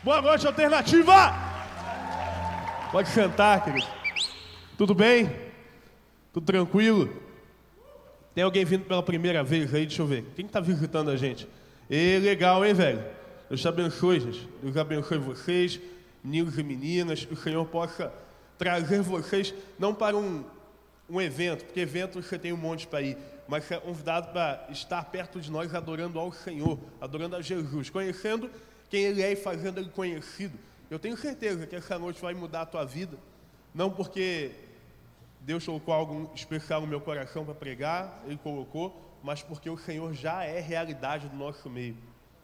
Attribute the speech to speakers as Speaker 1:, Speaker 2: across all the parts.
Speaker 1: Boa noite, Alternativa! Pode sentar, querido. Tudo bem? Tudo tranquilo? Tem alguém vindo pela primeira vez aí? Deixa eu ver. Quem está visitando a gente? Legal, hein, velho? Deus te abençoe, gente. Deus abençoe vocês, meninos e meninas. Que o Senhor possa trazer vocês, não para um evento, porque evento você tem um monte para ir, mas é convidado para estar perto de nós adorando ao Senhor, adorando a Jesus, conhecendo quem Ele é e fazendo Ele conhecido. Eu tenho certeza que essa noite vai mudar a tua vida, não porque Deus colocou algo especial no meu coração para pregar, Ele colocou, mas porque o Senhor já é realidade do nosso meio.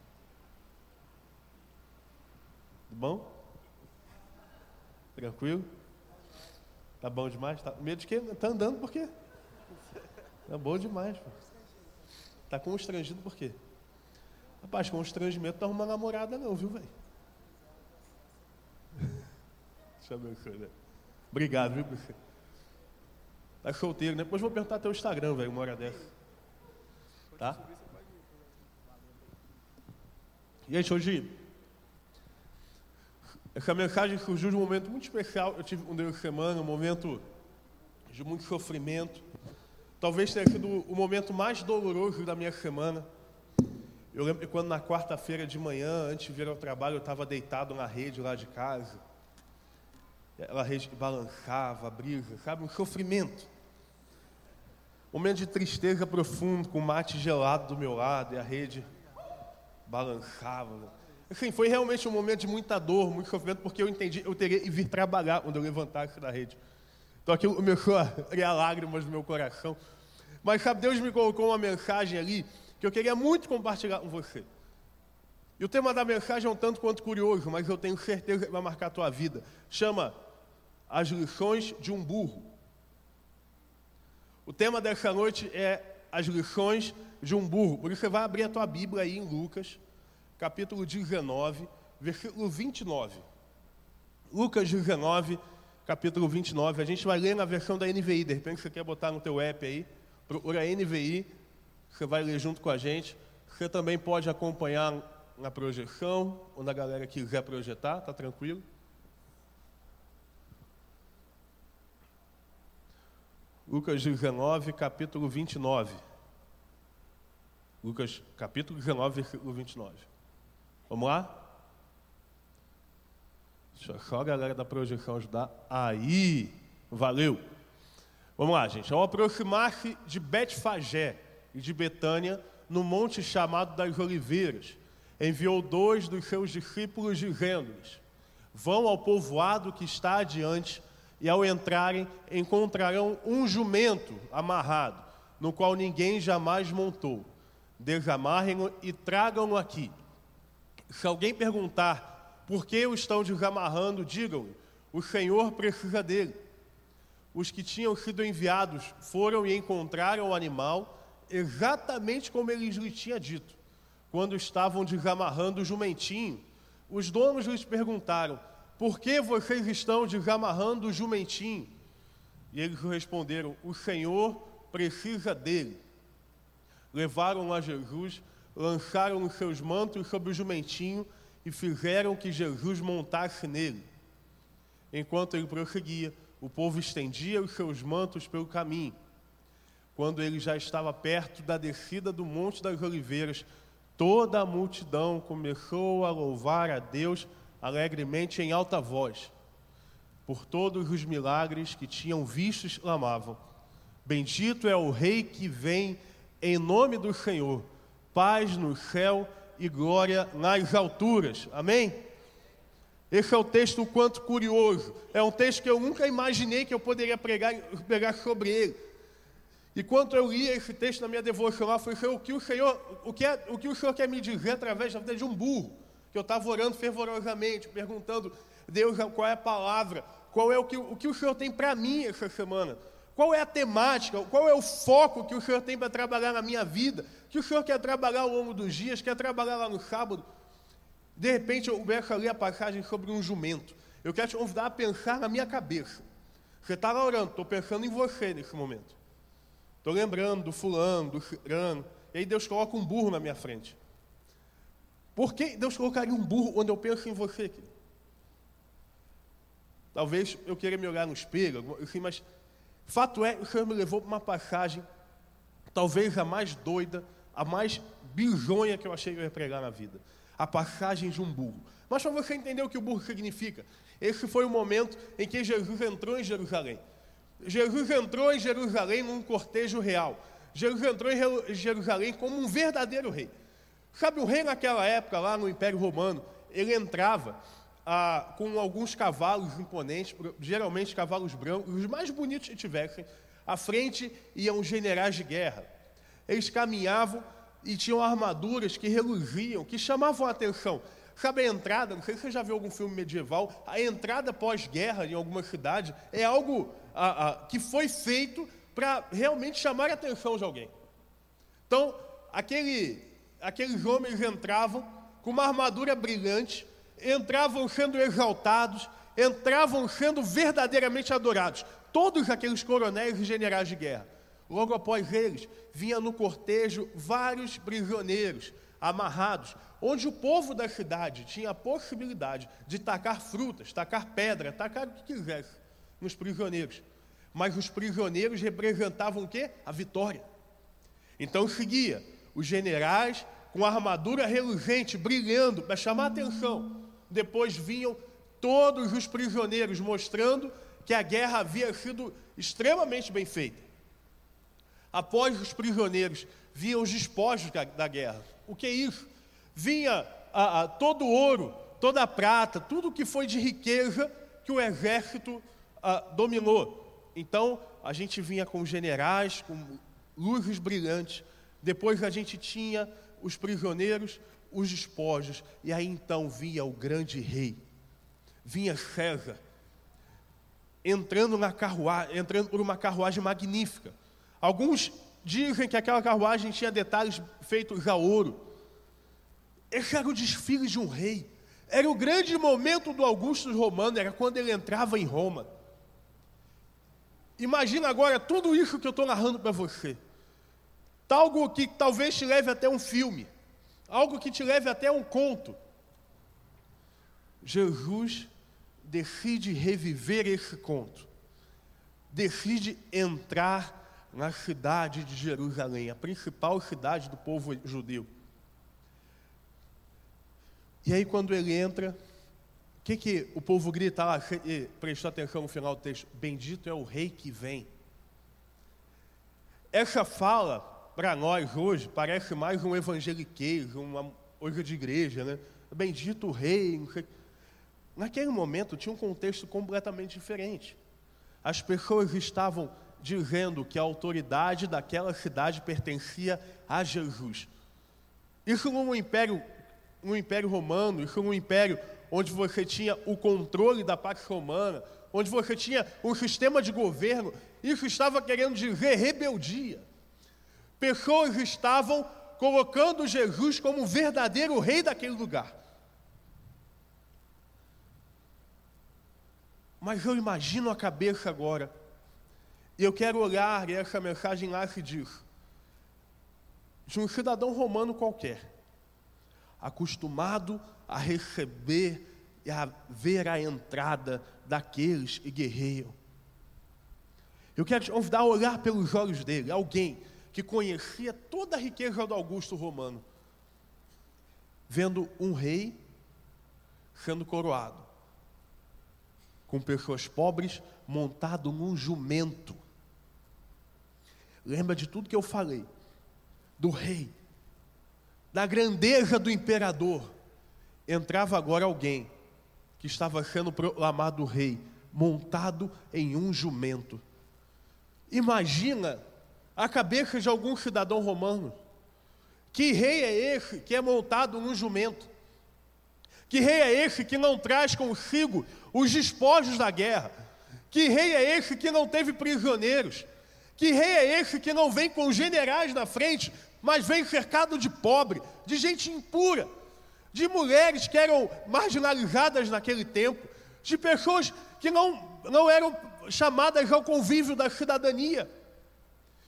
Speaker 1: Tudo bom? Tranquilo? Tá bom demais? Tá medo de quê? Tá andando por quê? Tá bom demais, pô. Tá constrangido por quê? Rapaz, constrangimento não arruma namorada não, viu, velho? Deixa eu ver, né? Obrigado, viu, você? Tá solteiro, né? Depois vou perguntar teu Instagram, velho, uma hora dessa. Tá? Gente, hoje essa mensagem surgiu de um momento muito especial. Eu tive um dia de semana, um momento de muito sofrimento. Talvez tenha sido o momento mais doloroso da minha semana. Eu lembro que quando na quarta-feira de manhã, antes de vir ao trabalho, eu estava deitado na rede lá de casa. A rede balançava, a brisa, sabe? Um sofrimento. Momento de tristeza profundo, com o mate gelado do meu lado e a rede balançava. Assim, foi realmente um momento de muita dor, muito sofrimento, porque eu entendi, eu teria que vir trabalhar quando eu levantasse da rede. Então aquilo começou a criar lágrimas no meu coração. Mas sabe, Deus me colocou uma mensagem ali que eu queria muito compartilhar com você. E o tema da mensagem é um tanto quanto curioso, mas eu tenho certeza que vai marcar a tua vida. Chama As Lições de um Burro. O tema dessa noite é As Lições de um Burro. Por isso você vai abrir a tua Bíblia aí em Lucas, capítulo 19, versículo 29. Lucas 19, capítulo 29. A gente vai ler na versão da NVI. De repente você quer botar no teu app aí, procura NVI, você vai ler junto com a gente. Você também pode acompanhar na projeção, ou na galera que quiser projetar, tá tranquilo? Lucas 19, capítulo 29. Lucas, capítulo 19, versículo 29. Vamos lá? Deixa só a galera da projeção ajudar. Aí, valeu. Vamos lá, gente. Ao aproximar-se de Betfagé e de Betânia, no monte chamado das Oliveiras, enviou 2 dos seus discípulos, dizendo-lhes: vão ao povoado que está adiante, e ao entrarem encontrarão um jumento amarrado, no qual ninguém jamais montou. Desamarrem-no e tragam-no aqui. Se alguém perguntar por que o estão desamarrando, digam-lhe: o Senhor precisa dele. Os que tinham sido enviados foram e encontraram o animal exatamente como ele lhes tinha dito. Quando estavam desamarrando o jumentinho, os donos lhes perguntaram: por que vocês estão desamarrando o jumentinho? E eles responderam: o Senhor precisa dele. Levaram-no a Jesus, lançaram os seus mantos sobre o jumentinho e fizeram que Jesus montasse nele. Enquanto ele prosseguia, o povo estendia os seus mantos pelo caminho. Quando ele já estava perto da descida do Monte das Oliveiras, toda a multidão começou a louvar a Deus alegremente em alta voz. Por todos os milagres que tinham visto, exclamavam: bendito é o Rei que vem em nome do Senhor, paz no céu e glória nas alturas. Amém? Esse é o texto um quanto curioso. É um texto que eu nunca imaginei que eu poderia pregar sobre ele. E quando eu li esse texto na minha devocional, eu falei: o que o Senhor quer me dizer através da vida de um burro? Que eu estava orando fervorosamente, perguntando: Deus, qual é a palavra? Qual é o que o Senhor tem para mim essa semana? Qual é a temática? Qual é o foco que o Senhor tem para trabalhar na minha vida? Que o Senhor quer trabalhar ao longo dos dias, quer trabalhar lá no sábado? De repente eu começo a ler a passagem sobre um jumento. Eu quero te convidar a pensar na minha cabeça. Você está lá orando, estou pensando em você nesse momento. Estou lembrando do fulano, do cicrano. E aí Deus coloca um burro na minha frente. Por que Deus colocaria um burro onde eu penso em você, querido? Talvez eu queira me olhar no espelho, assim, mas fato é, o Senhor me levou para uma passagem, talvez a mais doida, a mais bizonha que eu achei que eu ia pregar na vida. A passagem de um burro. Mas para você entender o que o burro significa, esse foi o momento em que Jesus entrou em Jerusalém. Jesus entrou em Jerusalém num cortejo real. Jesus entrou em Jerusalém como um verdadeiro rei. Sabe, o rei naquela época, lá no Império Romano, ele entrava com alguns cavalos imponentes, geralmente cavalos brancos, os mais bonitos que tivessem. À frente iam generais de guerra. Eles caminhavam e tinham armaduras que reluziam, que chamavam a atenção. Sabe a entrada, não sei se você já viu algum filme medieval, a entrada pós-guerra em alguma cidade é algo que foi feito para realmente chamar a atenção de alguém. Então, aqueles homens entravam com uma armadura brilhante, entravam sendo exaltados, entravam sendo verdadeiramente adorados. Todos aqueles coronéis e generais de guerra. Logo após eles, vinha no cortejo vários prisioneiros amarrados, onde o povo da cidade tinha a possibilidade de tacar frutas, tacar pedra, tacar o que quisesse nos prisioneiros. Mas os prisioneiros representavam o quê? A vitória. Então seguia os generais com a armadura reluzente, brilhando, para chamar a atenção. Depois vinham todos os prisioneiros, mostrando que a guerra havia sido extremamente bem feita. Após os prisioneiros, vinham os despojos da guerra. O que é isso? Vinha todo o ouro, toda a prata, tudo que foi de riqueza que o exército dominou. Então, a gente vinha com generais, com luzes brilhantes. Depois a gente tinha os prisioneiros, os despojos. E aí então vinha o grande rei. Vinha César, entrando por uma carruagem magnífica. Alguns dizem que aquela carruagem tinha detalhes feitos a ouro. Esse era o desfile de um rei. Era o grande momento do Augusto Romano, era quando ele entrava em Roma. Imagina agora tudo isso que eu estou narrando para você. Algo que talvez te leve até um filme. Algo que te leve até um conto. Jesus decide reviver esse conto. Decide entrar na cidade de Jerusalém, a principal cidade do povo judeu. E aí quando ele entra, o que o povo grita lá? Prestou atenção no final do texto? Bendito é o rei que vem. Essa fala, para nós hoje, parece mais um evangeliquez, uma coisa de igreja, né? Bendito o rei. Naquele momento tinha um contexto completamente diferente. As pessoas estavam dizendo que a autoridade daquela cidade pertencia a Jesus. Isso num império romano, isso num império onde você tinha o controle da Pax Romana, onde você tinha um sistema de governo, isso estava querendo dizer rebeldia. Pessoas estavam colocando Jesus como o verdadeiro rei daquele lugar. Mas eu imagino a cabeça agora, e eu quero olhar, e essa mensagem lá se diz, de um cidadão romano qualquer, acostumado a receber e a ver a entrada daqueles que guerreiam. Eu quero te convidar a olhar pelos olhos dele, alguém que conhecia toda a riqueza do Augusto Romano, vendo um rei sendo coroado, com pessoas pobres, montado num jumento. Lembra de tudo que eu falei, do rei, da grandeza do imperador. Entrava agora alguém que estava sendo proclamado rei, montado em um jumento. Imagina a cabeça de algum cidadão romano. Que rei é esse que é montado num jumento? Que rei é esse que não traz consigo os despojos da guerra? Que rei é esse que não teve prisioneiros? Que rei é esse que não vem com generais na frente, mas vem cercado de pobre, de gente impura, de mulheres que eram marginalizadas naquele tempo, de pessoas que não eram chamadas ao convívio da cidadania?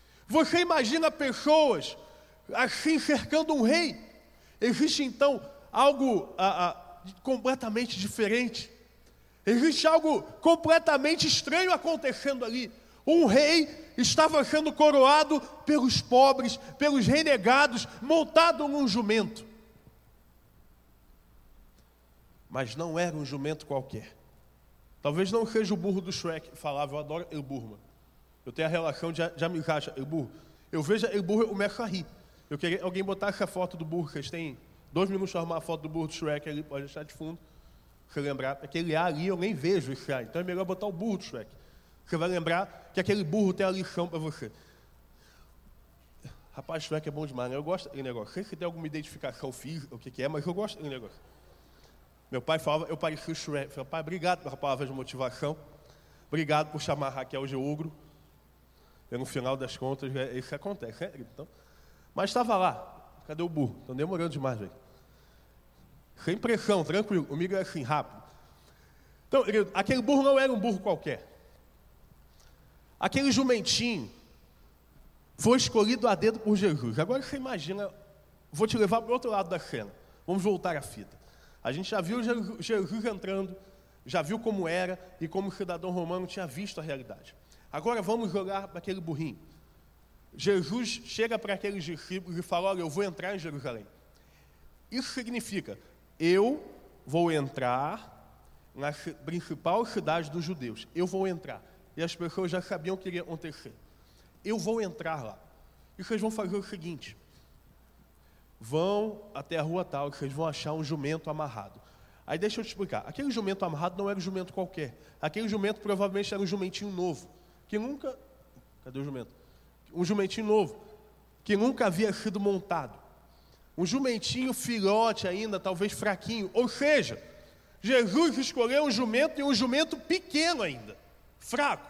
Speaker 1: Você imagina pessoas assim cercando um rei? Existe então algo completamente diferente. Existe algo completamente estranho acontecendo ali. Um rei estava sendo coroado pelos pobres, pelos renegados, montado num jumento. Mas não era um jumento qualquer. Talvez não seja o burro do Shrek. Falava, eu adoro El Burro. Eu tenho a relação de amizade, El Burro. Eu vejo El Burro, eu começo a rir. Eu queria alguém botar essa foto do burro. Vocês têm 2 minutos para arrumar a foto do burro do Shrek ali, pode deixar de fundo. Você lembrar, aquele A ali eu nem vejo esse A. Então é melhor botar o burro do Shrek. Você vai lembrar que aquele burro tem a lição para você. Rapaz, Shrek é bom demais, né? Eu gosto daquele negócio. Sei que tem alguma identificação física, o que é, mas eu gosto daquele negócio. Meu pai falava, eu parecia o Shrek. Eu falei, pai, obrigado pela palavra de motivação. Obrigado por chamar a Raquel de ogro. E no final das contas, isso acontece, né? Então, mas estava lá. Cadê o burro? Estão demorando demais, velho. Sem pressão, tranquilo. Comigo é assim, rápido. Então, aquele burro não era um burro qualquer. Aquele jumentinho foi escolhido a dedo por Jesus. Agora você imagina, vou te levar para o outro lado da cena. Vamos voltar à fita. A gente já viu Jesus entrando, já viu como era e como o cidadão romano tinha visto a realidade. Agora vamos olhar para aquele burrinho. Jesus chega para aqueles discípulos e fala, olha, eu vou entrar em Jerusalém. Isso significa, eu vou entrar na principal cidade dos judeus. Eu vou entrar. E as pessoas já sabiam o que iria acontecer. Eu vou entrar lá. E vocês vão fazer o seguinte. Vão até a rua tal, vocês vão achar um jumento amarrado. Aí deixa eu te explicar. Aquele jumento amarrado não era um jumento qualquer. Aquele jumento provavelmente era um jumentinho novo. Que nunca... Cadê o jumento? Um jumentinho novo. Que nunca havia sido montado. Um jumentinho filhote ainda, talvez fraquinho. Ou seja, Jesus escolheu um jumento e um jumento pequeno ainda. Fraco.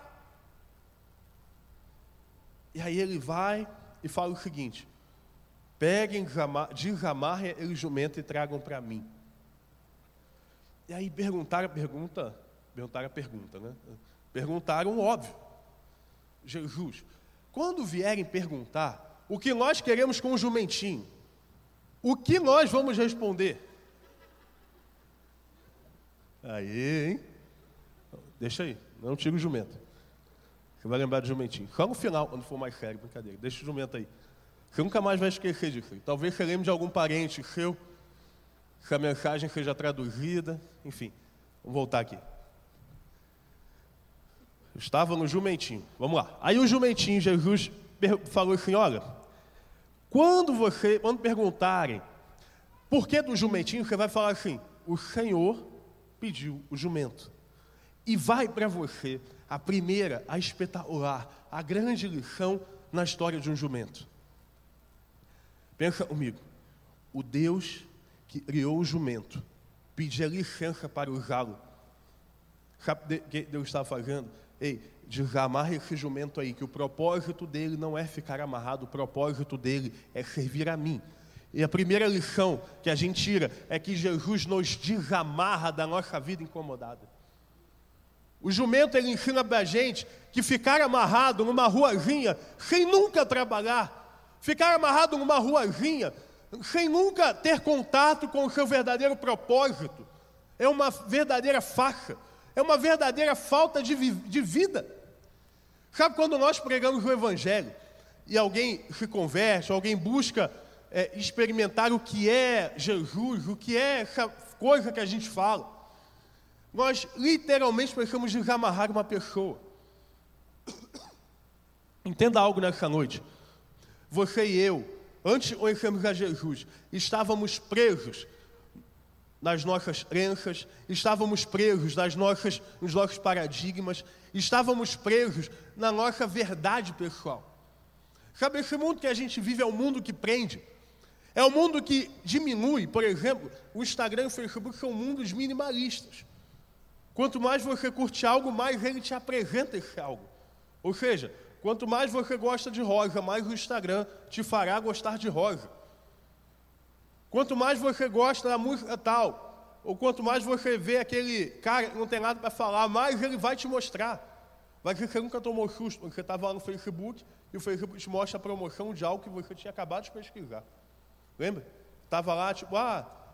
Speaker 1: E aí ele vai e fala o seguinte. Peguem, desamarrem aquele jumento e tragam para mim. E aí perguntaram a pergunta, né? Perguntaram óbvio. Jesus, quando vierem perguntar o que nós queremos com o jumentinho, o que nós vamos responder? Aí, hein? Deixa aí, não tira o jumento. Você vai lembrar do jumentinho. Só no final, quando for mais sério, brincadeira. Deixa o jumento aí. Você nunca mais vai esquecer disso. Talvez você lembre de algum parente seu, que a mensagem seja traduzida. Enfim, vamos voltar aqui. Eu estava no jumentinho. Vamos lá. Aí o jumentinho, Jesus falou assim, olha, quando perguntarem por que do jumentinho, você vai falar assim, o Senhor pediu o jumento. E vai para você a primeira, a espetacular, a grande lição na história de um jumento. Pensa comigo, o Deus que criou o jumento, pedia licença para usá-lo. Sabe o que Deus está fazendo? Ei, desamarra esse jumento aí, que o propósito dele não é ficar amarrado, o propósito dele é servir a mim. E a primeira lição que a gente tira é que Jesus nos desamarra da nossa vida incomodada. O jumento, ele ensina para a gente que ficar amarrado numa ruazinha, sem nunca trabalhar, ficar amarrado numa ruazinha, sem nunca ter contato com o seu verdadeiro propósito, é uma verdadeira farsa, é uma verdadeira falta de vida. Sabe quando nós pregamos o Evangelho e alguém se converte, alguém busca experimentar o que é Jesus, o que é essa coisa que a gente fala, nós literalmente precisamos desamarrar uma pessoa. Entenda algo nessa noite. Você e eu, antes de conhecermos a Jesus, estávamos presos nas nossas crenças, estávamos presos nos nossos paradigmas, estávamos presos na nossa verdade pessoal. Sabe, esse mundo que a gente vive é um mundo que prende, é um mundo que diminui. Por exemplo, o Instagram e o Facebook são mundos minimalistas. Quanto mais você curte algo, mais ele te apresenta esse algo. Ou seja, quanto mais você gosta de rosa, mais o Instagram te fará gostar de rosa. Quanto mais você gosta da música tal, ou quanto mais você vê aquele cara que não tem nada para falar, mais ele vai te mostrar. Vai dizer que você nunca tomou susto, porque você estava lá no Facebook e o Facebook te mostra a promoção de algo que você tinha acabado de pesquisar. Lembra? Estava lá, tipo,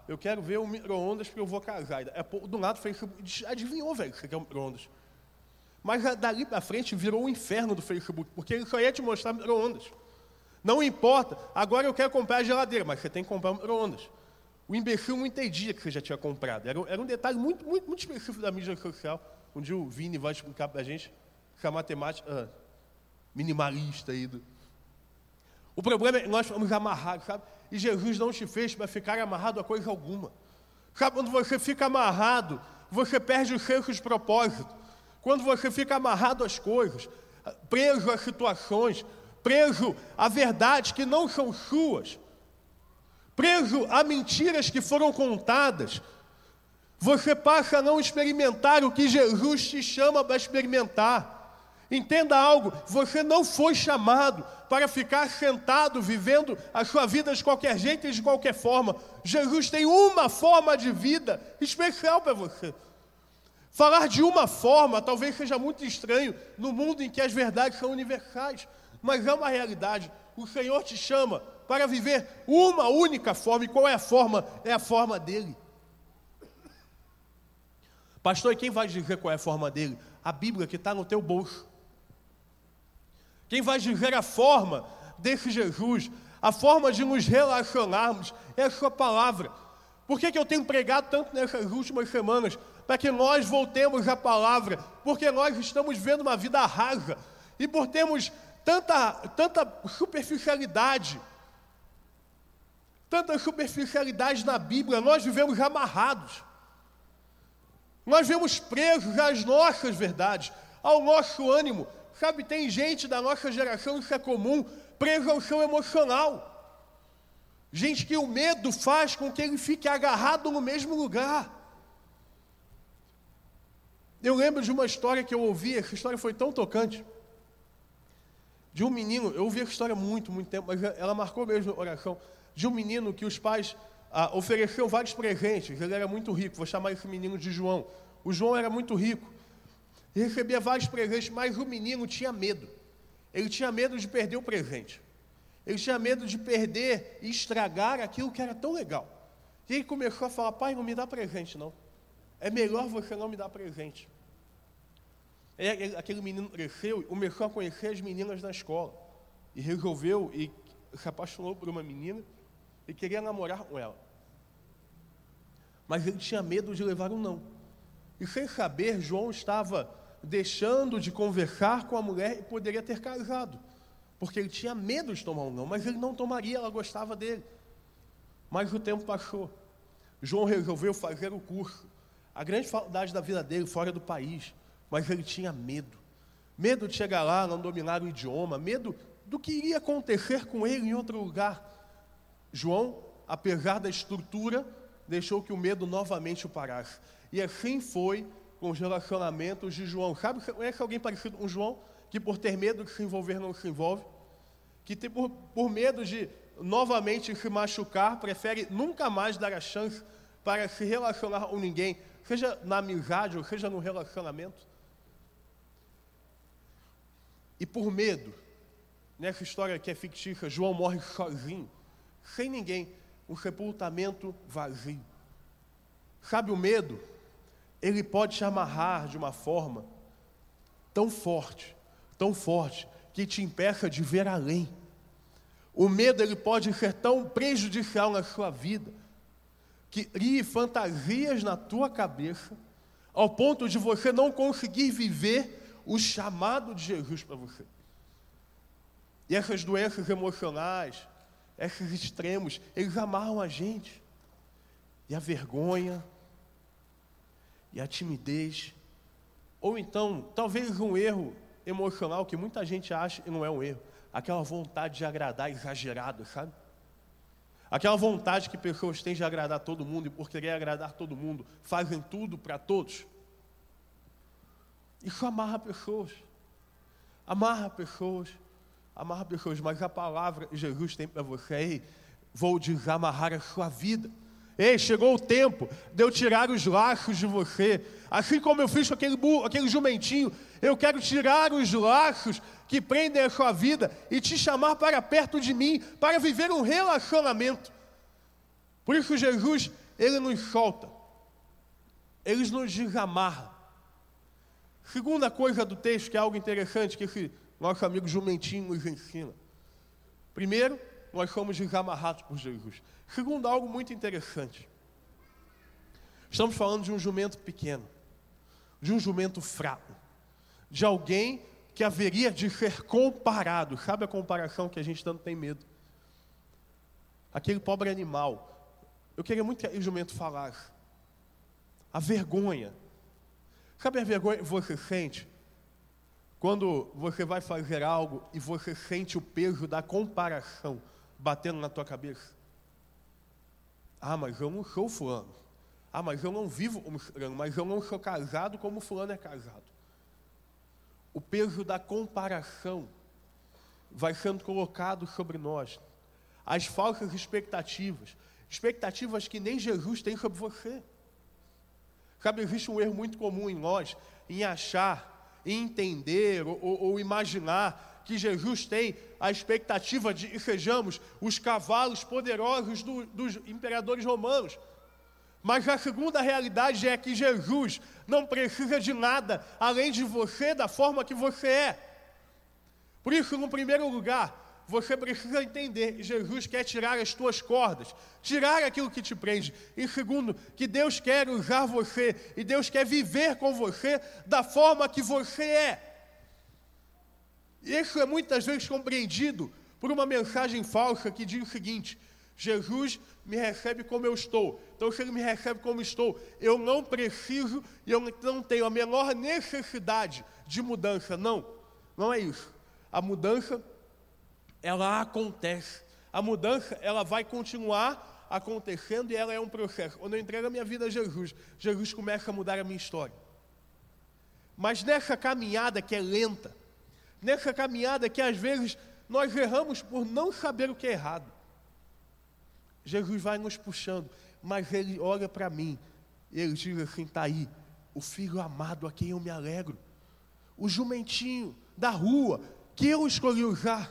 Speaker 1: eu quero ver o micro-ondas porque eu vou casar. Do lado, Facebook, adivinhou, velho, que você quer um micro-ondas. Mas dali para frente virou o inferno do Facebook, porque ele só ia te mostrar micro-ondas. Não importa, agora eu quero comprar a geladeira, mas você tem que comprar um micro-ondas. O imbecil não entendia que você já tinha comprado. Era um detalhe muito, muito, muito específico da mídia social. Um dia o Vini vai explicar para a gente que a matemática minimalista aí. O problema é que nós fomos amarrados, sabe? E Jesus não te fez para ficar amarrado a coisa alguma. Sabe, quando você fica amarrado, você perde o senso de propósito. Quando você fica amarrado às coisas, preso a situações, preso a verdades que não são suas, preso a mentiras que foram contadas, você passa a não experimentar o que Jesus te chama para experimentar. Entenda algo, você não foi chamado para ficar sentado, vivendo a sua vida de qualquer jeito e de qualquer forma. Jesus tem uma forma de vida especial para você. Falar de uma forma talvez seja muito estranho no mundo em que as verdades são universais, mas é uma realidade. O Senhor te chama para viver uma única forma. E qual é a forma? É a forma dele. Pastor, e quem vai dizer qual é a forma dele? A Bíblia que está no teu bolso. Quem vai dizer a forma desse Jesus, a forma de nos relacionarmos, é a sua palavra. Por que eu tenho pregado tanto nessas últimas semanas? Para que nós voltemos à palavra, porque nós estamos vendo uma vida rasa, e por termos tanta superficialidade na Bíblia, nós vivemos amarrados. Nós vivemos presos às nossas verdades, ao nosso ânimo. Sabe, tem gente da nossa geração, isso é comum, preso ao seu emocional. Gente que o medo faz com que ele fique agarrado no mesmo lugar. Eu lembro de uma história que eu ouvi, essa história foi tão tocante, de um menino, eu ouvi essa história há muito, muito tempo, mas ela marcou mesmo a oração, de um menino que os pais ofereceram vários presentes, ele era muito rico, vou chamar esse menino de João. O João era muito rico, e recebia vários presentes, mas o menino tinha medo. Ele tinha medo de perder o presente. Ele tinha medo de perder e estragar aquilo que era tão legal. E ele começou a falar, pai, não me dá presente não. É melhor você não me dar presente. Aquele menino cresceu e começou a conhecer as meninas na escola. E resolveu, e se apaixonou por uma menina e queria namorar com ela. Mas ele tinha medo de levar um não. E sem saber, João estava deixando de conversar com a mulher e poderia ter casado. Porque ele tinha medo de tomar um não, mas ele não tomaria, ela gostava dele. Mas o tempo passou. João resolveu fazer o curso. A grande faculdade da vida dele, fora do país. Mas ele tinha medo. Medo de chegar lá, não dominar o idioma. Medo do que iria acontecer com ele em outro lugar. João, apesar da estrutura, deixou que o medo novamente o parasse. E assim foi com os relacionamentos de João. Sabe, conhece alguém parecido com João? Que por ter medo de se envolver não se envolve? Que por medo de novamente se machucar, prefere nunca mais dar a chance para se relacionar com ninguém, seja na amizade ou seja no relacionamento. E por medo, nessa história que é fictícia, João morre sozinho, sem ninguém, um sepultamento vazio. Sabe, o medo, ele pode te amarrar de uma forma tão forte, que te impeça de ver além. O medo, ele pode ser tão prejudicial na sua vida, que crie fantasias na tua cabeça, ao ponto de você não conseguir viver o chamado de Jesus para você. E essas doenças emocionais, esses extremos, eles amarram a gente. E a vergonha, e a timidez, ou então, talvez um erro emocional que muita gente acha e não é um erro, aquela vontade de agradar exagerada, sabe? Aquela vontade que pessoas têm de agradar todo mundo, e por querer agradar todo mundo, fazem tudo para todos. Isso amarra pessoas, mas a palavra que Jesus tem para você aí, vou desamarrar a sua vida. Ei, chegou o tempo de eu tirar os laços de você. Assim como eu fiz com aquele jumentinho, eu quero tirar os laços que prendem a sua vida e te chamar para perto de mim, para viver um relacionamento. Por isso Jesus, ele nos solta. Ele nos desamarra. Segunda coisa do texto, que é algo interessante, que esse nosso amigo jumentinho nos ensina. Primeiro, nós somos desamarrados por Jesus. Segundo, algo muito interessante. Estamos falando de um jumento pequeno, de um jumento fraco, de alguém que haveria de ser comparado. Sabe a comparação que a gente tanto tem medo? Aquele pobre animal. Eu queria muito que o jumento falasse. A vergonha. Sabe a vergonha que você sente quando você vai fazer algo e você sente o peso da comparação batendo na tua cabeça? Ah, mas eu não sou fulano. Ah, mas eu não vivo como fulano. Mas eu não sou casado como fulano é casado. O peso da comparação vai sendo colocado sobre nós. As falsas expectativas. Expectativas que nem Jesus tem sobre você. Sabe, existe um erro muito comum em nós, em achar, em entender ou imaginar que Jesus tem a expectativa de que sejamos os cavalos poderosos dos imperadores romanos. Mas a segunda realidade é que Jesus não precisa de nada além de você, da forma que você é. Por isso, no primeiro lugar, você precisa entender que Jesus quer tirar as tuas cordas, tirar aquilo que te prende. E segundo, que Deus quer usar você e Deus quer viver com você da forma que você é. Isso é muitas vezes compreendido por uma mensagem falsa que diz o seguinte: Jesus me recebe como eu estou. Então, se Ele me recebe como estou, eu não preciso e eu não tenho a menor necessidade de mudança. Não, não é isso. A mudança, ela acontece. A mudança, ela vai continuar acontecendo e ela é um processo. Quando eu entrego a minha vida a Jesus, Jesus começa a mudar a minha história. Mas nessa caminhada que é lenta, nessa caminhada que às vezes nós erramos por não saber o que é errado, Jesus vai nos puxando, mas Ele olha para mim, e Ele diz assim: está aí, o filho amado a quem eu me alegro, o jumentinho da rua, que eu escolhi usar.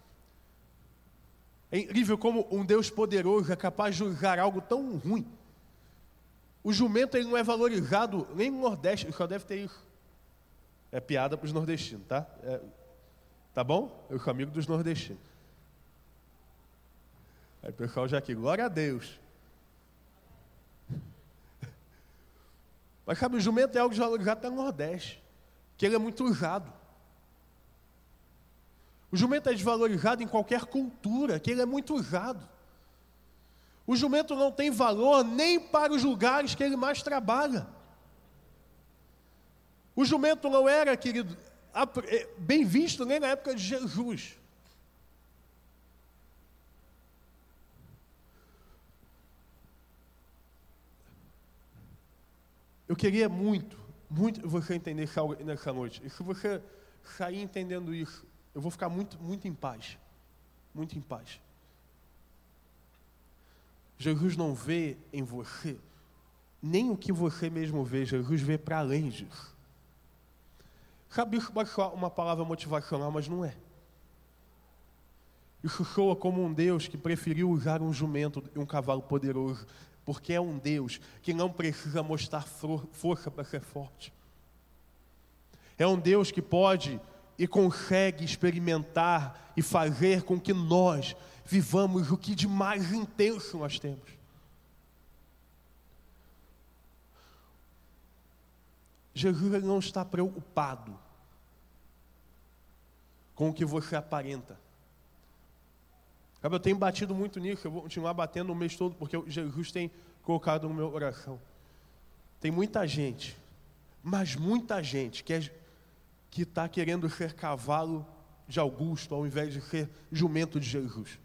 Speaker 1: É incrível como um Deus poderoso é capaz de usar algo tão ruim. O jumento, ele não é valorizado nem no Nordeste, ele só deve ter isso. É piada para os nordestinos, tá? Tá bom? Eu sou amigo dos nordestinos. Aí o pessoal já aqui, glória a Deus. Mas sabe, o jumento é algo desvalorizado até no Nordeste, que ele é muito usado. O jumento é desvalorizado em qualquer cultura, que ele é muito usado. O jumento não tem valor nem para os lugares que ele mais trabalha. O jumento não era, querido, bem visto nem na época de Jesus. Eu queria muito você entender algo nessa noite. E se você sair entendendo isso, eu vou ficar muito em paz. Muito em paz. Jesus não vê em você nem o que você mesmo vê. Jesus vê para além disso. Sabe, isso pode soar uma palavra motivacional, mas não é. Isso soa como um Deus que preferiu usar um jumento e um cavalo poderoso, porque é um Deus que não precisa mostrar força para ser forte. É um Deus que pode e consegue experimentar e fazer com que nós vivamos o que de mais intenso nós temos. Jesus, ele não está preocupado com o que você aparenta. Eu tenho batido muito nisso, eu vou continuar batendo o mês todo, porque Jesus tem colocado no meu coração. Tem muita gente, mas muita gente que está querendo ser cavalo de Augusto, ao invés de ser jumento de Jesus.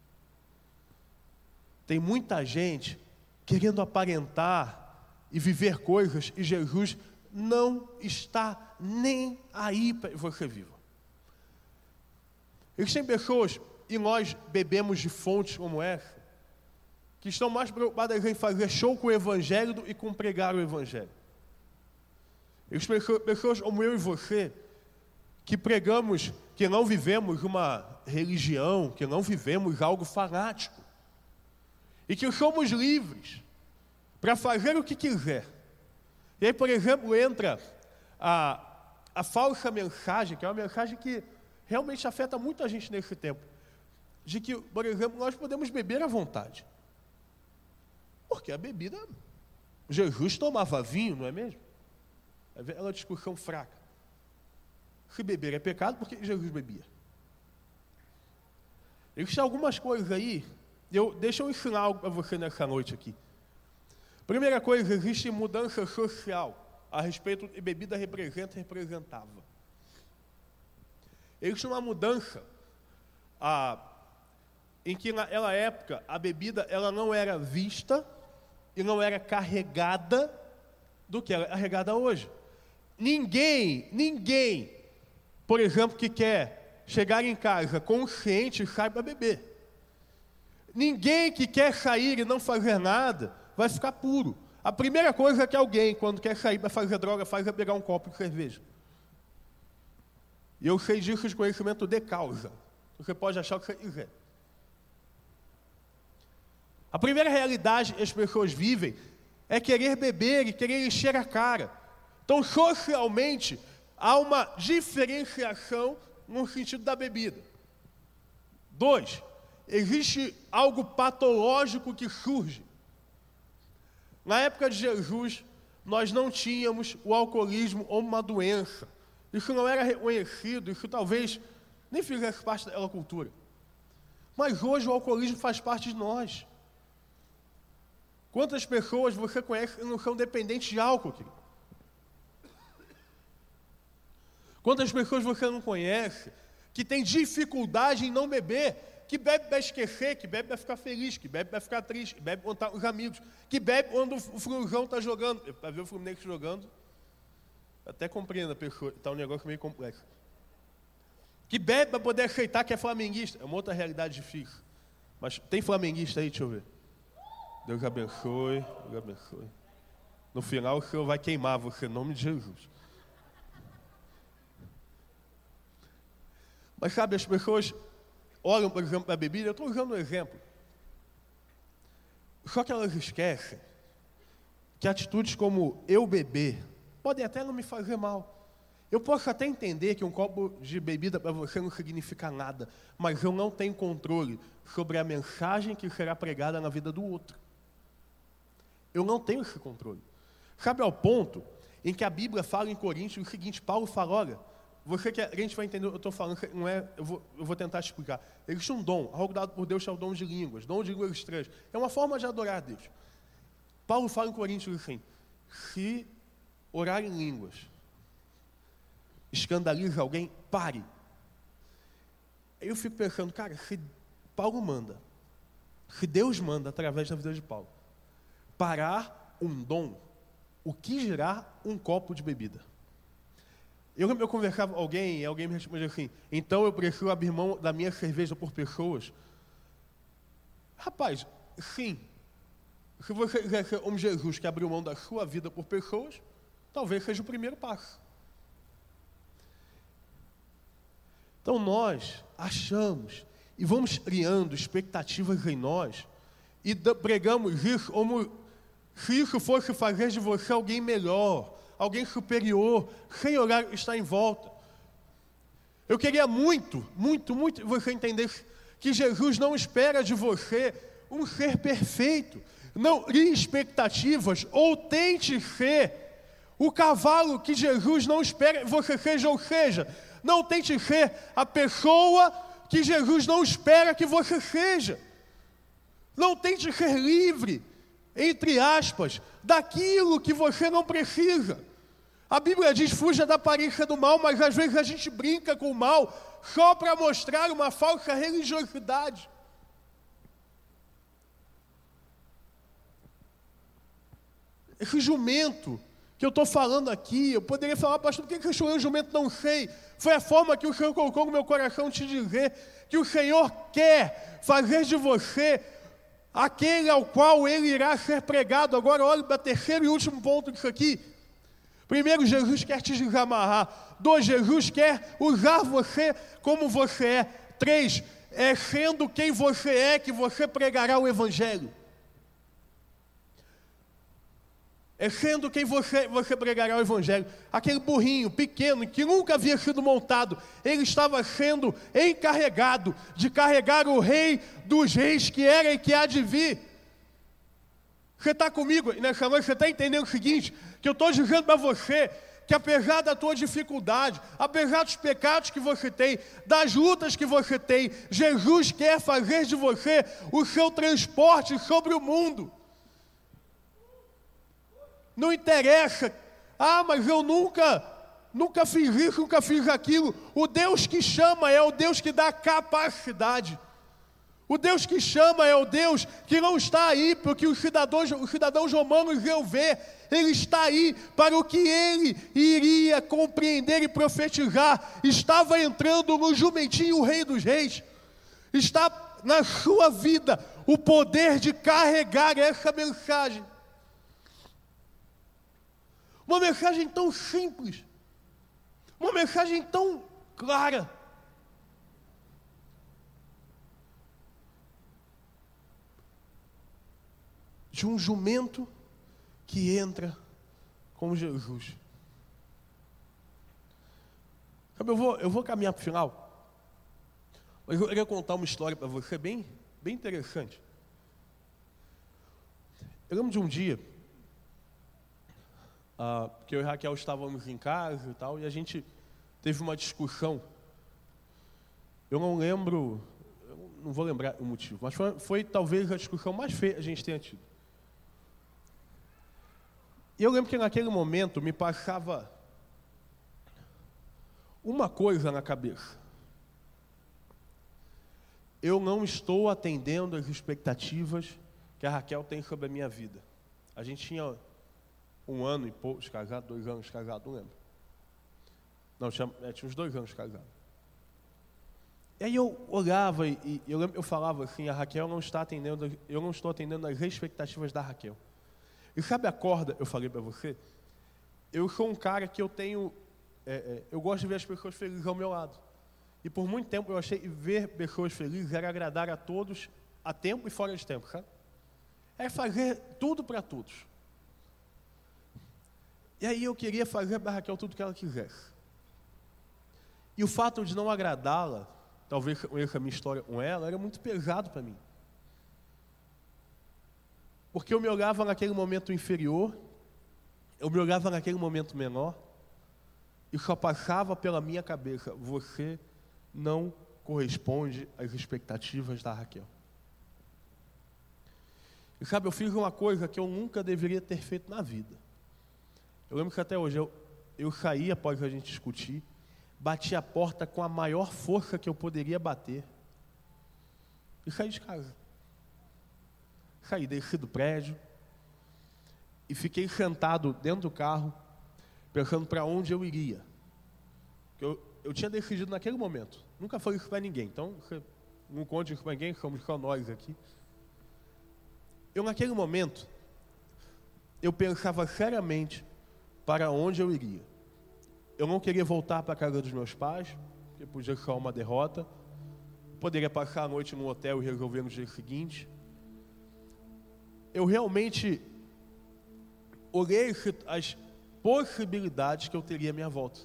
Speaker 1: Tem muita gente querendo aparentar e viver coisas, e Jesus não está nem aí para que você viva. Existem pessoas, e nós bebemos de fontes como essa, que estão mais preocupadas em fazer show com o Evangelho do que com pregar o Evangelho. Existem pessoas como eu e você, que pregamos, que não vivemos uma religião, que não vivemos algo fanático, e que somos livres para fazer o que quiser. E aí, por exemplo, entra a falsa mensagem, que é uma mensagem que realmente afeta muita gente nesse tempo, de que, por exemplo, nós podemos beber à vontade. Porque a bebida, Jesus tomava vinho, não é mesmo? É uma discussão fraca. Se beber é pecado, por que Jesus bebia? Existem algumas coisas aí, deixa eu ensinar algo para você nessa noite aqui. Primeira coisa, existe mudança social a respeito de bebida representava. Existe uma mudança em que naquela época a bebida ela não era vista e não era carregada do que ela é carregada hoje. Ninguém, por exemplo, que quer chegar em casa consciente sai para beber. Ninguém que quer sair e não fazer nada vai ficar puro. A primeira coisa que alguém, quando quer sair para fazer droga, faz é pegar um copo de cerveja. E eu sei disso de conhecimento de causa. Você pode achar o que você quiser. A primeira realidade que as pessoas vivem é querer beber e querer encher a cara. Então, socialmente, há uma diferenciação no sentido da bebida. 2, existe algo patológico que surge. Na época de Jesus, nós não tínhamos o alcoolismo como uma doença. Isso não era reconhecido, isso talvez nem fizesse parte da cultura. Mas hoje o alcoolismo faz parte de nós. Quantas pessoas você conhece que não são dependentes de álcool, querido? Quantas pessoas você não conhece que tem dificuldade em não beber, que bebe para esquecer, que bebe para ficar feliz, que bebe para ficar triste, que bebe para contar com os amigos, que bebe quando o Flusão está jogando. Para ver o Fluminense jogando, até compreendo a pessoa, está um negócio meio complexo. Que bebe para poder aceitar que é flamenguista. É uma outra realidade difícil. Mas tem flamenguista aí? Deixa eu ver. Deus abençoe, Deus abençoe. No final o Senhor vai queimar você, em nome de Jesus. Mas sabe, as pessoas olham, por exemplo, para a bebida, eu estou usando um exemplo. Só que elas esquecem que atitudes como eu beber podem até não me fazer mal. Eu posso até entender que um copo de bebida para você não significa nada, mas eu não tenho controle sobre a mensagem que será pregada na vida do outro. Eu não tenho esse controle. Sabe ao ponto em que a Bíblia fala em Coríntios o seguinte, Paulo fala, olha, você que a gente vai entender o que eu estou falando, não é, eu vou tentar explicar. Existe um dom, algo dado por Deus, é o dom de línguas estranhas. É uma forma de adorar a Deus. Paulo fala em Coríntios assim, se orar em línguas escandaliza alguém, pare. Aí eu fico pensando, cara, se Paulo manda, se Deus manda através da vida de Paulo, parar um dom, o que dirá um copo de bebida? Eu conversava com alguém, e alguém me respondia assim, então eu prefiro abrir mão da minha cerveja por pessoas. Rapaz, sim. Se você quiser ser como Jesus, que abriu mão da sua vida por pessoas, talvez seja o primeiro passo. Então nós achamos e vamos criando expectativas em nós e pregamos isso como se isso fosse fazer de você alguém melhor, alguém superior, sem olhar o que está em volta. Eu queria muito que você entendesse que Jesus não espera de você um ser perfeito. Não crie expectativas ou tente ser o cavalo que Jesus não espera que você seja, ou seja, não tente ser a pessoa que Jesus não espera que você seja. Não tente ser livre, entre aspas, daquilo que você não precisa. A Bíblia diz, fuja da aparência do mal, mas às vezes a gente brinca com o mal só para mostrar uma falsa religiosidade. Esse jumento que eu estou falando aqui, eu poderia falar, pastor, por que eu chorei o jumento? Não sei. Foi a forma que o Senhor colocou no meu coração te dizer que o Senhor quer fazer de você aquele ao qual Ele irá ser pregado. Agora olhe para o terceiro e último ponto disso aqui. Primeiro, Jesus quer te desamarrar. 2, Jesus quer usar você como você é. 3, é sendo quem você é que você pregará o Evangelho. É sendo quem você pregará o evangelho. Aquele burrinho pequeno que nunca havia sido montado, ele estava sendo encarregado de carregar o rei dos reis que era e que há de vir. Você está comigo nessa noite? Você está entendendo o seguinte? Que eu estou dizendo para você que apesar da tua dificuldade, apesar dos pecados que você tem, das lutas que você tem, Jesus quer fazer de você o seu transporte sobre o mundo. Não interessa, mas eu nunca fiz isso, nunca fiz aquilo. O Deus que chama é o Deus que dá capacidade. O Deus que chama é o Deus que não está aí porque os cidadãos romanos iam ver. Ele está aí para o que ele iria compreender e profetizar. Estava entrando no jumentinho o Rei dos Reis. Está na sua vida o poder de carregar essa mensagem. Uma mensagem tão simples, uma mensagem tão clara. De um jumento que entra com Jesus. Sabe, eu vou caminhar para o final, mas eu queria contar uma história para você bem interessante. Eu lembro de um dia, que eu e Raquel estávamos em casa e tal, e a gente teve uma discussão. Eu não vou lembrar o motivo, mas foi talvez a discussão mais feia que a gente tenha tido. E eu lembro que naquele momento me passava uma coisa na cabeça. Eu não estou atendendo às expectativas que a Raquel tem sobre a minha vida. A gente tinha 1 ano e pouco de casado, 2 anos de casado, não lembro. Não, tinha uns 2 anos de casado. E aí eu olhava e eu falava assim, a Raquel não está atendendo, eu não estou atendendo às expectativas da Raquel. E sabe a corda, eu falei para você? Eu sou um cara que eu tenho, eu gosto de ver as pessoas felizes ao meu lado. E por muito tempo eu achei que ver pessoas felizes era agradar a todos, a tempo e fora de tempo, sabe? É fazer tudo para todos. E aí eu queria fazer para a Raquel tudo o que ela quisesse. E o fato de não agradá-la, talvez essa minha história com ela, era muito pesado para mim. Porque eu me olhava naquele momento inferior, eu me olhava naquele momento menor, e só passava pela minha cabeça, você não corresponde às expectativas da Raquel. E sabe, eu fiz uma coisa que eu nunca deveria ter feito na vida. Eu lembro que até hoje eu saí após a gente discutir, bati a porta com a maior força que eu poderia bater e saí de casa. Saí, desci do prédio e fiquei sentado dentro do carro, pensando para onde eu iria. Eu tinha decidido naquele momento. Nunca falei isso para ninguém, então não conte isso para ninguém, somos só nós aqui. Eu naquele momento, eu pensava seriamente para onde eu iria. Eu não queria voltar para a casa dos meus pais, porque podia ser uma derrota. Poderia passar a noite no hotel e resolver no dia seguinte. Eu realmente olhei as possibilidades que eu teria à minha volta.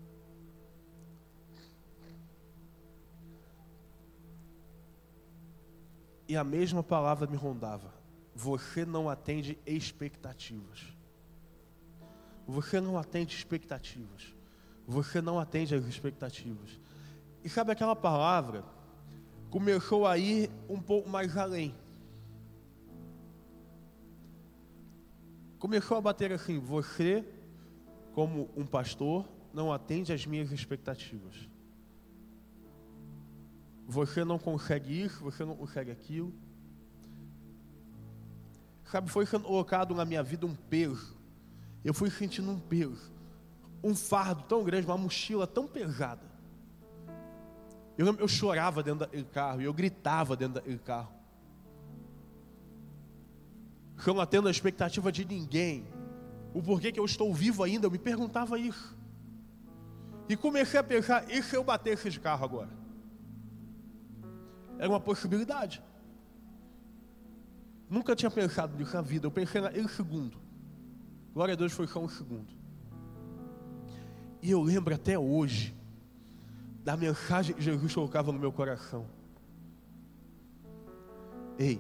Speaker 1: E a mesma palavra me rondava. Você não atende expectativas. Você não atende expectativas. Você não atende às expectativas. E sabe, aquela palavra começou a ir um pouco mais além. Começou a bater assim, você, como um pastor, não atende às minhas expectativas. Você não consegue isso, você não consegue aquilo. Sabe, foi sendo colocado na minha vida um peso. Eu fui sentindo um peso, um fardo tão grande, uma mochila tão pesada. Eu chorava dentro daquele carro, e eu gritava dentro daquele carro. Eu não atendo a expectativa de ninguém. O porquê que eu estou vivo ainda, eu me perguntava isso. E comecei a pensar, e se eu batesse de carro agora? Era uma possibilidade. Nunca tinha pensado nisso na vida, eu pensei naquele segundo. Glória a Deus, foi só um segundo. E eu lembro até hoje da mensagem que Jesus colocava no meu coração. Ei,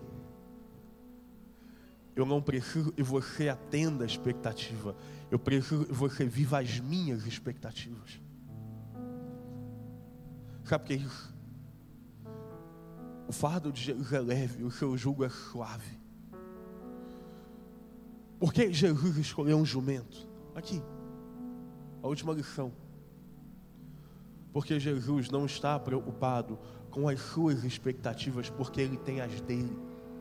Speaker 1: eu não preciso que você atenda a expectativa. Eu preciso que você viva as minhas expectativas. Sabe o que é isso? O fardo de Jesus é leve, o seu jugo é suave. Por que Jesus escolheu um jumento? Aqui, a última lição. Porque Jesus não está preocupado com as suas expectativas, porque Ele tem as dele.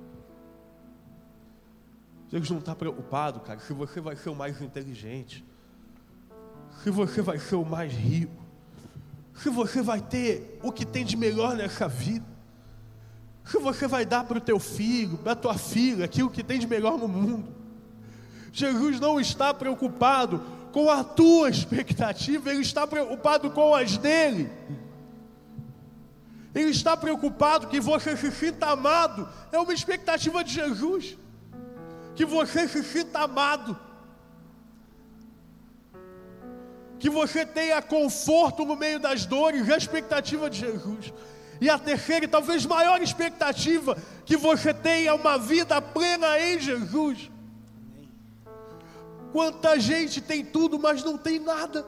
Speaker 1: Jesus não está preocupado, cara, se você vai ser o mais inteligente, se você vai ser o mais rico, se você vai ter o que tem de melhor nessa vida, se você vai dar para o teu filho, para a tua filha, aquilo que tem de melhor no mundo. Jesus não está preocupado com a tua expectativa, Ele está preocupado com as dele. Ele está preocupado que você se sinta amado. É uma expectativa de Jesus, que você se sinta amado, que você tenha conforto no meio das dores. É a expectativa de Jesus. E a terceira e talvez maior expectativa, que você tenha uma vida plena em Jesus. Quanta gente tem tudo, mas não tem nada.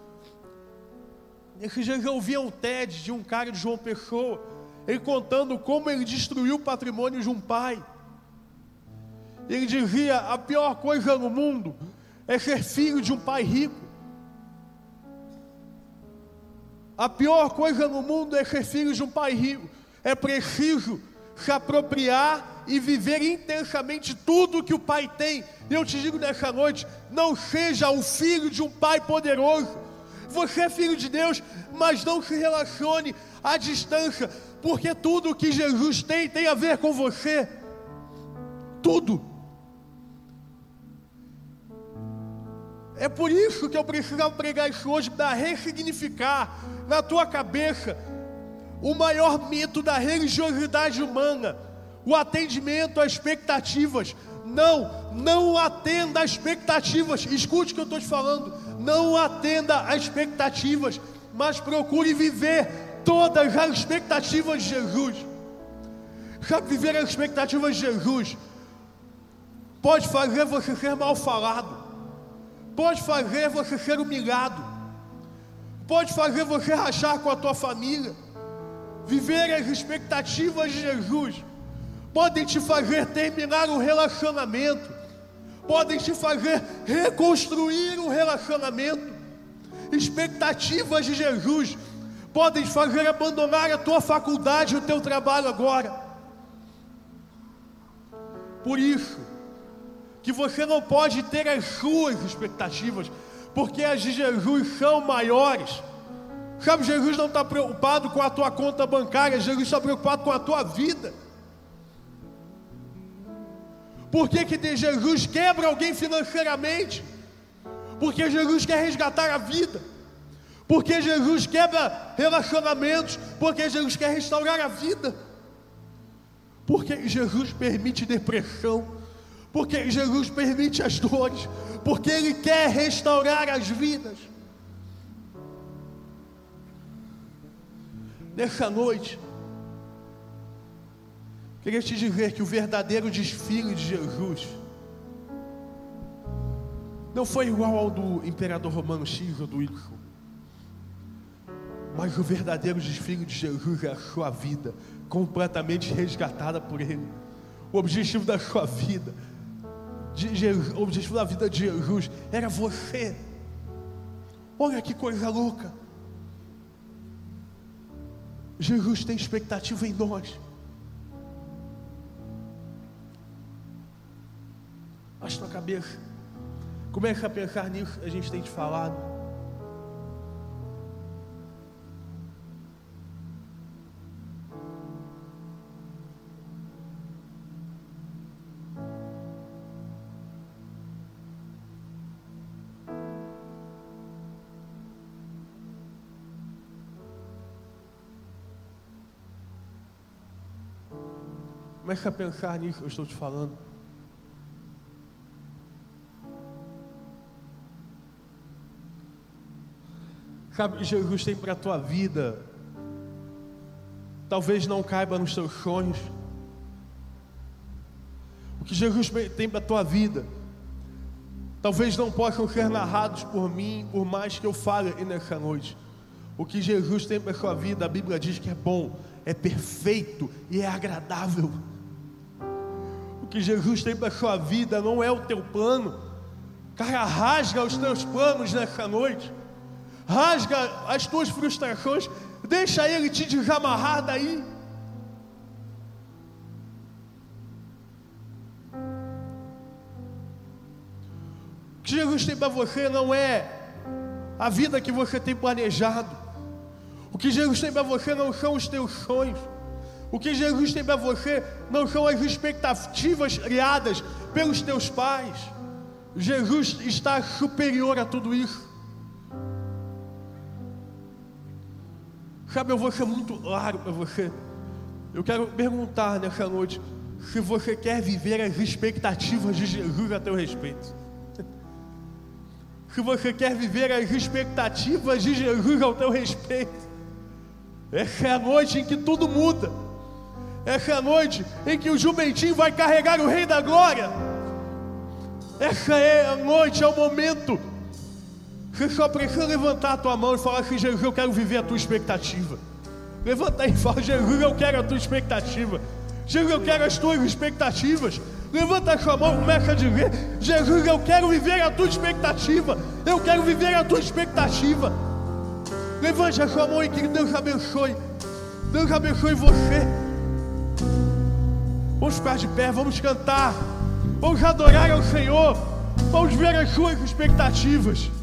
Speaker 1: Esse dia eu ouvi um TED de um cara de João Pessoa, ele contando como ele destruiu o patrimônio de um pai. Ele dizia: a pior coisa no mundo é ser filho de um pai rico. A pior coisa no mundo é ser filho de um pai rico. É preciso se apropriar e viver intensamente tudo que o pai tem. E eu te digo nessa noite: não seja o filho de um pai poderoso. Você é filho de Deus, mas não se relacione à distância, porque tudo que Jesus tem a ver com você. Tudo. É por isso que eu precisava pregar isso hoje, para ressignificar na tua cabeça o maior mito da religiosidade humana: o atendimento a expectativas. Não atenda a expectativas. Escute o que eu estou te falando. Não atenda a expectativas, mas procure viver todas as expectativas de Jesus. Sabe, viver as expectativas de Jesus pode fazer você ser mal falado, pode fazer você ser humilhado, pode fazer você rachar com a tua família. Viver as expectativas de Jesus podem te fazer terminar um relacionamento, podem te fazer reconstruir um relacionamento. Expectativas de Jesus podem te fazer abandonar a tua faculdade, o teu trabalho agora. Por isso que você não pode ter as suas expectativas, porque as de Jesus são maiores. Sabe, Jesus não está preocupado com a tua conta bancária, Jesus está preocupado com a tua vida. Por que Jesus quebra alguém financeiramente? Porque Jesus quer resgatar a vida. Porque Jesus quebra relacionamentos. Porque Jesus quer restaurar a vida. Porque Jesus permite depressão. Porque Jesus permite as dores. Porque Ele quer restaurar as vidas. Nessa noite, queria te dizer que o verdadeiro desfile de Jesus não foi igual ao do imperador romano X ou do Y, mas o verdadeiro desfile de Jesus é a sua vida, completamente resgatada por Ele. O objetivo da sua vida, o objetivo da vida de Jesus era você. Olha que coisa louca. Jesus tem expectativa em nós. Baixa tua cabeça, começa a pensar nisso que a gente tem te falado. Começa a pensar nisso que eu estou te falando. Sabe o que Jesus tem para a tua vida? Talvez não caiba nos teus sonhos. O que Jesus tem para a tua vida talvez não possam ser narrados por mim, por mais que eu fale nessa noite. O que Jesus tem para a sua vida, a Bíblia diz que é bom, é perfeito e é agradável. O que Jesus tem para a sua vida não é o teu plano. Cara, rasga os teus planos nessa noite. Rasga as tuas frustrações. Deixa Ele te desamarrar daí. O que Jesus tem para você não é a vida que você tem planejado. O que Jesus tem para você não são os teus sonhos. O que Jesus tem para você não são as expectativas criadas pelos teus pais. Jesus está superior a tudo isso. Sabe, eu vou ser muito claro para você. Eu quero perguntar nessa noite se você quer viver as expectativas de Jesus a teu respeito. Se você quer viver as expectativas de Jesus ao teu respeito. Essa é a noite em que tudo muda. Essa é a noite em que o jumentinho vai carregar o Rei da Glória. Essa é a noite, é o momento. Você só precisa levantar a tua mão e falar assim: Jesus, eu quero viver a tua expectativa. Levanta aí e fala: Jesus, eu quero a tua expectativa. Jesus, eu quero as tuas expectativas. Levanta a sua mão e começa a dizer: Jesus, eu quero viver a tua expectativa. Eu quero viver a tua expectativa. Levante a sua mão e que Deus abençoe. Deus abençoe você. Vamos ficar de pé, vamos cantar. Vamos adorar ao Senhor. Vamos ver as suas expectativas.